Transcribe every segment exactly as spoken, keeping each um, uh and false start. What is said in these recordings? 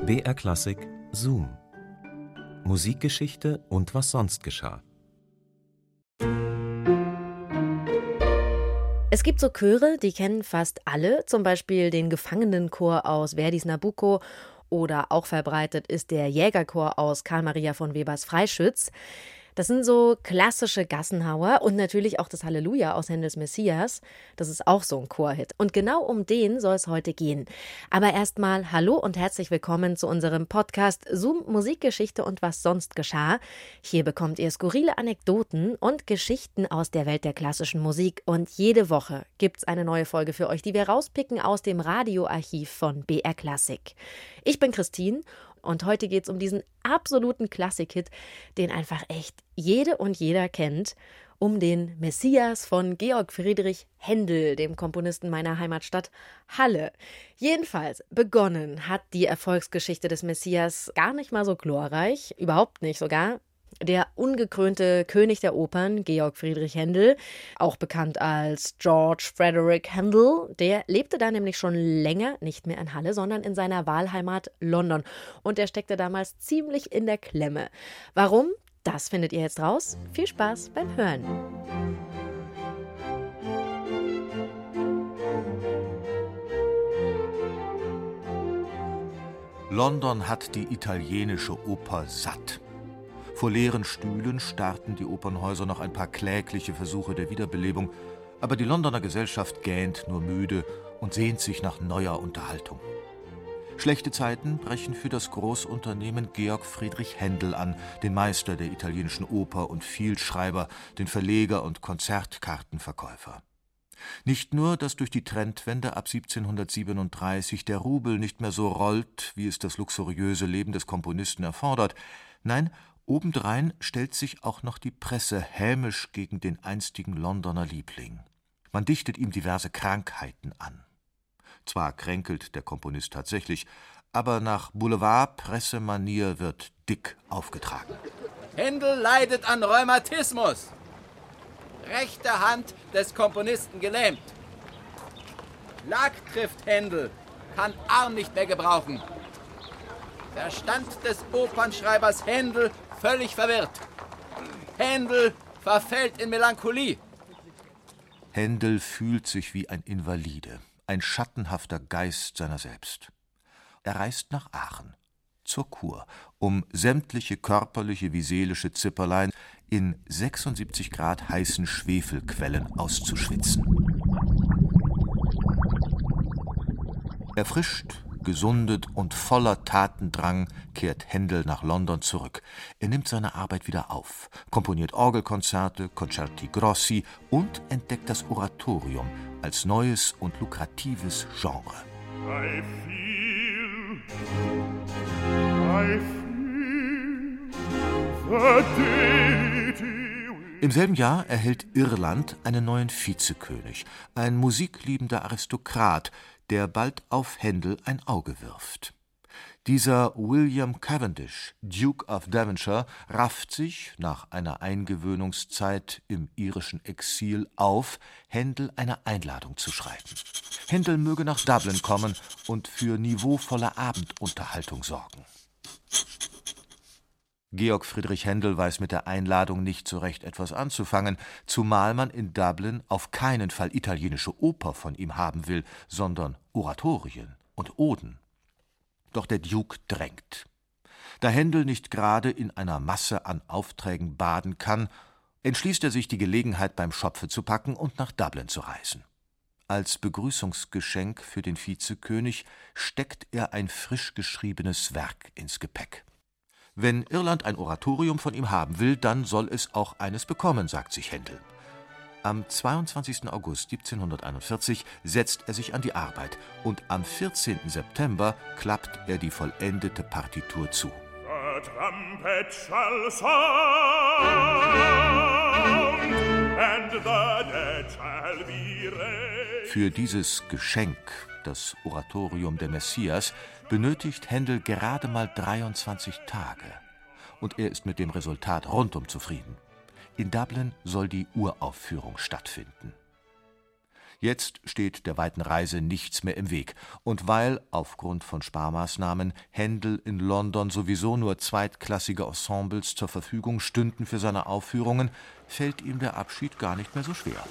B R Klassik Zoom. Musikgeschichte und was sonst geschah. Es gibt so Chöre, die kennen fast alle, zum Beispiel den Gefangenenchor aus Verdis Nabucco oder auch verbreitet ist der Jägerchor aus Karl Maria von Webers Freischütz. Das sind so klassische Gassenhauer und natürlich auch das Halleluja aus Händels Messias. Das ist auch so ein Chorhit. Und genau um den soll es heute gehen. Aber erstmal hallo und herzlich willkommen zu unserem Podcast Zoom Musikgeschichte und was sonst geschah. Hier bekommt ihr skurrile Anekdoten und Geschichten aus der Welt der klassischen Musik. Und jede Woche gibt es eine neue Folge für euch, die wir rauspicken aus dem Radioarchiv von B R Klassik. Ich bin Christine. Und heute geht es um diesen absoluten Klassik-Hit, den einfach echt jede und jeder kennt, um den Messias von Georg Friedrich Händel, dem Komponisten meiner Heimatstadt Halle. Jedenfalls, begonnen hat die Erfolgsgeschichte des Messias gar nicht mal so glorreich, überhaupt nicht sogar. Der ungekrönte König der Opern, Georg Friedrich Händel, auch bekannt als George Frederick Handel, der lebte da nämlich schon länger nicht mehr in Halle, sondern in seiner Wahlheimat London. Und der steckte damals ziemlich in der Klemme. Warum? Das findet ihr jetzt raus. Viel Spaß beim Hören. London hat die italienische Oper satt. Vor leeren Stühlen starten die Opernhäuser noch ein paar klägliche Versuche der Wiederbelebung, aber die Londoner Gesellschaft gähnt nur müde und sehnt sich nach neuer Unterhaltung. Schlechte Zeiten brechen für das Großunternehmen Georg Friedrich Händel an, den Meister der italienischen Oper und Vielschreiber, den Verleger und Konzertkartenverkäufer. Nicht nur, dass durch die Trendwende ab siebzehnhundertsiebenunddreißig der Rubel nicht mehr so rollt, wie es das luxuriöse Leben des Komponisten erfordert, nein, obendrein stellt sich auch noch die Presse hämisch gegen den einstigen Londoner Liebling. Man dichtet ihm diverse Krankheiten an. Zwar kränkelt der Komponist tatsächlich, aber nach Boulevard-Pressemanier wird dick aufgetragen. Händel leidet an Rheumatismus. Rechte Hand des Komponisten gelähmt. Lack trifft Händel, kann Arm nicht mehr gebrauchen. Verstand des Opernschreibers Händel völlig verwirrt. Händel verfällt in Melancholie. Händel fühlt sich wie ein Invalide, ein schattenhafter Geist seiner selbst. Er reist nach Aachen, zur Kur, um sämtliche körperliche wie seelische Zipperlein in sechsundsiebzig Grad heißen Schwefelquellen auszuschwitzen. Erfrischt, gesundet und voller Tatendrang kehrt Händel nach London zurück. Er nimmt seine Arbeit wieder auf, komponiert Orgelkonzerte, Concerti Grossi und entdeckt das Oratorium als neues und lukratives Genre. I feel, I feel the deity. Im selben Jahr erhält Irland einen neuen Vizekönig, ein musikliebender Aristokrat, der bald auf Händel ein Auge wirft. Dieser William Cavendish, Duke of Devonshire, rafft sich, nach einer Eingewöhnungszeit im irischen Exil, auf, Händel eine Einladung zu schreiben. Händel möge nach Dublin kommen und für niveauvolle Abendunterhaltung sorgen. Georg Friedrich Händel weiß mit der Einladung nicht so recht etwas anzufangen, zumal man in Dublin auf keinen Fall italienische Oper von ihm haben will, sondern Oratorien und Oden. Doch der Duke drängt. Da Händel nicht gerade in einer Masse an Aufträgen baden kann, entschließt er sich, die Gelegenheit beim Schopfe zu packen und nach Dublin zu reisen. Als Begrüßungsgeschenk für den Vizekönig steckt er ein frisch geschriebenes Werk ins Gepäck. Wenn Irland ein Oratorium von ihm haben will, dann soll es auch eines bekommen, sagt sich Händel. Am zweiundzwanzigsten August siebzehnhunderteinundvierzig setzt er sich an die Arbeit und am vierzehnten September klappt er die vollendete Partitur zu. The trumpet shall sound, and the dead shall be raised. Für dieses Geschenk, das Oratorium der Messias, benötigt Händel gerade mal dreiundzwanzig Tage. Und er ist mit dem Resultat rundum zufrieden. In Dublin soll die Uraufführung stattfinden. Jetzt steht der weiten Reise nichts mehr im Weg. Und weil, aufgrund von Sparmaßnahmen, Händel in London sowieso nur zweitklassige Ensembles zur Verfügung stünden für seine Aufführungen, fällt ihm der Abschied gar nicht mehr so schwer.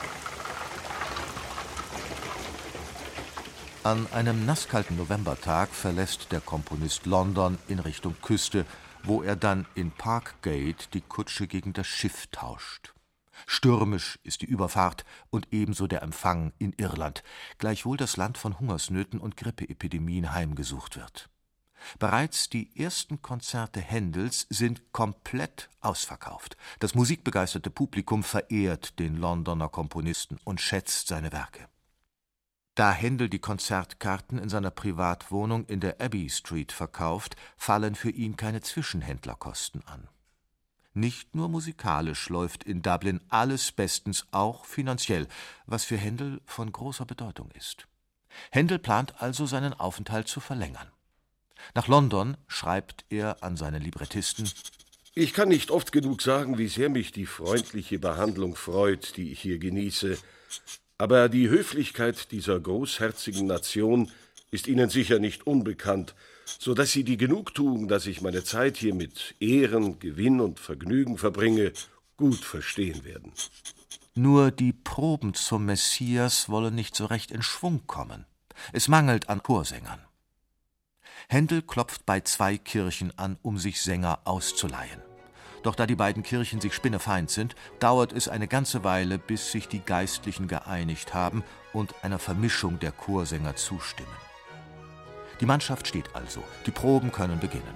An einem nasskalten Novembertag verlässt der Komponist London in Richtung Küste, wo er dann in Parkgate die Kutsche gegen das Schiff tauscht. Stürmisch ist die Überfahrt und ebenso der Empfang in Irland, gleichwohl das Land von Hungersnöten und Grippeepidemien heimgesucht wird. Bereits die ersten Konzerte Händels sind komplett ausverkauft. Das musikbegeisterte Publikum verehrt den Londoner Komponisten und schätzt seine Werke. Da Händel die Konzertkarten in seiner Privatwohnung in der Abbey Street verkauft, fallen für ihn keine Zwischenhändlerkosten an. Nicht nur musikalisch läuft in Dublin alles bestens, auch finanziell, was für Händel von großer Bedeutung ist. Händel plant also, seinen Aufenthalt zu verlängern. Nach London schreibt er an seinen Librettisten: Ich kann nicht oft genug sagen, wie sehr mich die freundliche Behandlung freut, die ich hier genieße. Aber die Höflichkeit dieser großherzigen Nation ist Ihnen sicher nicht unbekannt, so dass Sie die Genugtuung, dass ich meine Zeit hier mit Ehren, Gewinn und Vergnügen verbringe, gut verstehen werden. Nur die Proben zum Messias wollen nicht so recht in Schwung kommen. Es mangelt an Chorsängern. Händel klopft bei zwei Kirchen an, um sich Sänger auszuleihen. Doch da die beiden Kirchen sich spinnefeind sind, dauert es eine ganze Weile, bis sich die Geistlichen geeinigt haben und einer Vermischung der Chorsänger zustimmen. Die Mannschaft steht also, die Proben können beginnen.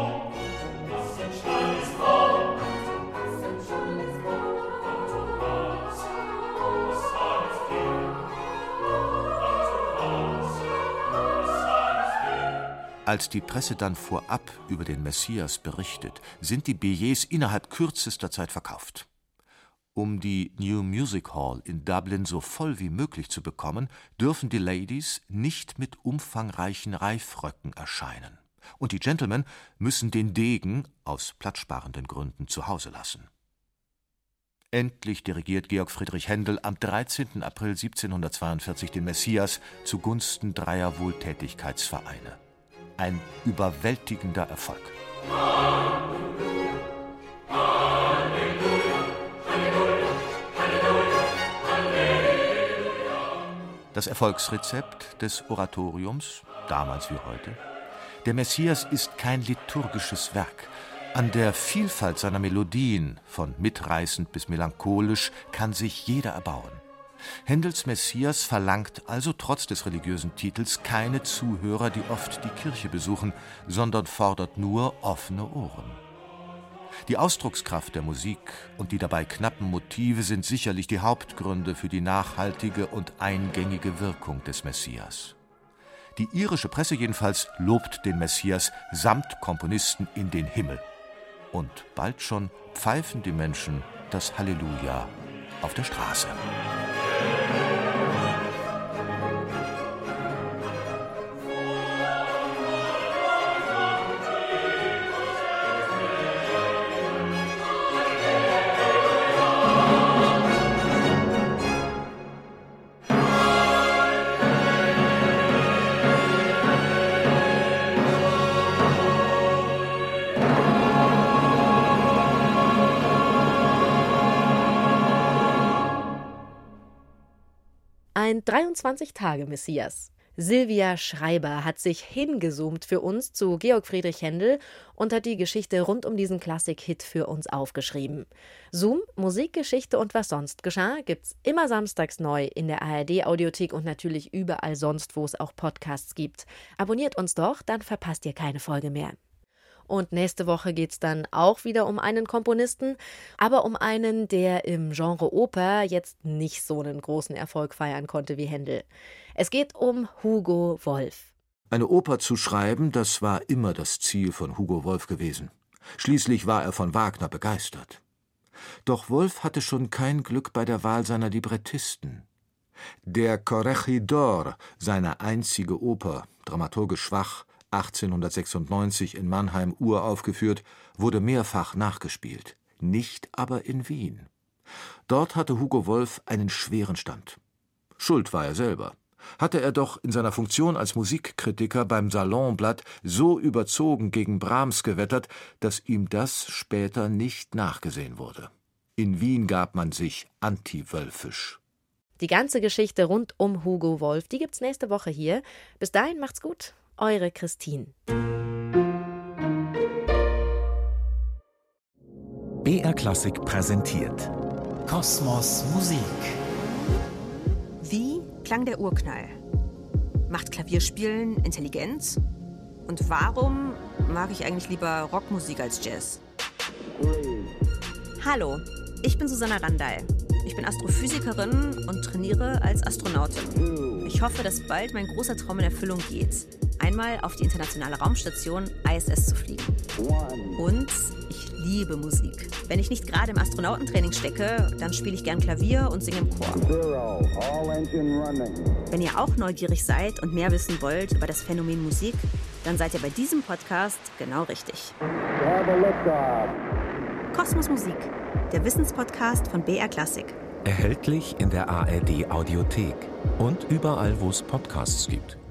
Als die Presse dann vorab über den Messias berichtet, sind die Billets innerhalb kürzester Zeit verkauft. Um die New Music Hall in Dublin so voll wie möglich zu bekommen, dürfen die Ladies nicht mit umfangreichen Reifröcken erscheinen. Und die Gentlemen müssen den Degen aus platzsparenden Gründen zu Hause lassen. Endlich dirigiert Georg Friedrich Händel am dreizehnten April siebzehnhundertzweiundvierzig den Messias zugunsten dreier Wohltätigkeitsvereine. Ein überwältigender Erfolg. Das Erfolgsrezept des Oratoriums, damals wie heute: Der Messias ist kein liturgisches Werk. An der Vielfalt seiner Melodien, von mitreißend bis melancholisch, kann sich jeder erbauen. Händels Messias verlangt also trotz des religiösen Titels keine Zuhörer, die oft die Kirche besuchen, sondern fordert nur offene Ohren. Die Ausdruckskraft der Musik und die dabei knappen Motive sind sicherlich die Hauptgründe für die nachhaltige und eingängige Wirkung des Messias. Die irische Presse jedenfalls lobt den Messias samt Komponisten in den Himmel. Und bald schon pfeifen die Menschen das Halleluja auf der Straße. Ein dreiundzwanzig-Tage-Messias. Silvia Schreiber hat sich hingezoomt für uns zu Georg Friedrich Händel und hat die Geschichte rund um diesen Klassik-Hit für uns aufgeschrieben. Zoom, Musikgeschichte und was sonst geschah, gibt's immer samstags neu in der A R D-Audiothek und natürlich überall sonst, wo es auch Podcasts gibt. Abonniert uns doch, dann verpasst ihr keine Folge mehr. Und nächste Woche geht's dann auch wieder um einen Komponisten, aber um einen, der im Genre Oper jetzt nicht so einen großen Erfolg feiern konnte wie Händel. Es geht um Hugo Wolf. Eine Oper zu schreiben, das war immer das Ziel von Hugo Wolf gewesen. Schließlich war er von Wagner begeistert. Doch Wolf hatte schon kein Glück bei der Wahl seiner Librettisten. Der Corregidor, seine einzige Oper, dramaturgisch schwach, achtzehnhundertsechsundneunzig in Mannheim uraufgeführt, wurde mehrfach nachgespielt, nicht aber in Wien. Dort hatte Hugo Wolf einen schweren Stand. Schuld war er selber. Hatte er doch in seiner Funktion als Musikkritiker beim Salonblatt so überzogen gegen Brahms gewettert, dass ihm das später nicht nachgesehen wurde. In Wien gab man sich antiwölfisch. Die ganze Geschichte rund um Hugo Wolf, die gibt's nächste Woche hier. Bis dahin macht's gut, eure Christine. B R Klassik präsentiert Kosmos Musik. Wie klang der Urknall? Macht Klavierspielen Intelligenz? Und warum mag ich eigentlich lieber Rockmusik als Jazz? Hallo, ich bin Susanna Randall. Ich bin Astrophysikerin und trainiere als Astronautin. Ich hoffe, dass bald mein großer Traum in Erfüllung geht, einmal auf die internationale Raumstation I S S zu fliegen. Und ich liebe Musik. Wenn ich nicht gerade im Astronautentraining stecke, dann spiele ich gern Klavier und singe im Chor. Wenn ihr auch neugierig seid und mehr wissen wollt über das Phänomen Musik, dann seid ihr bei diesem Podcast genau richtig. Kosmos Musik, der Wissenspodcast von B R Klassik. Erhältlich in der A R D Audiothek und überall, wo es Podcasts gibt.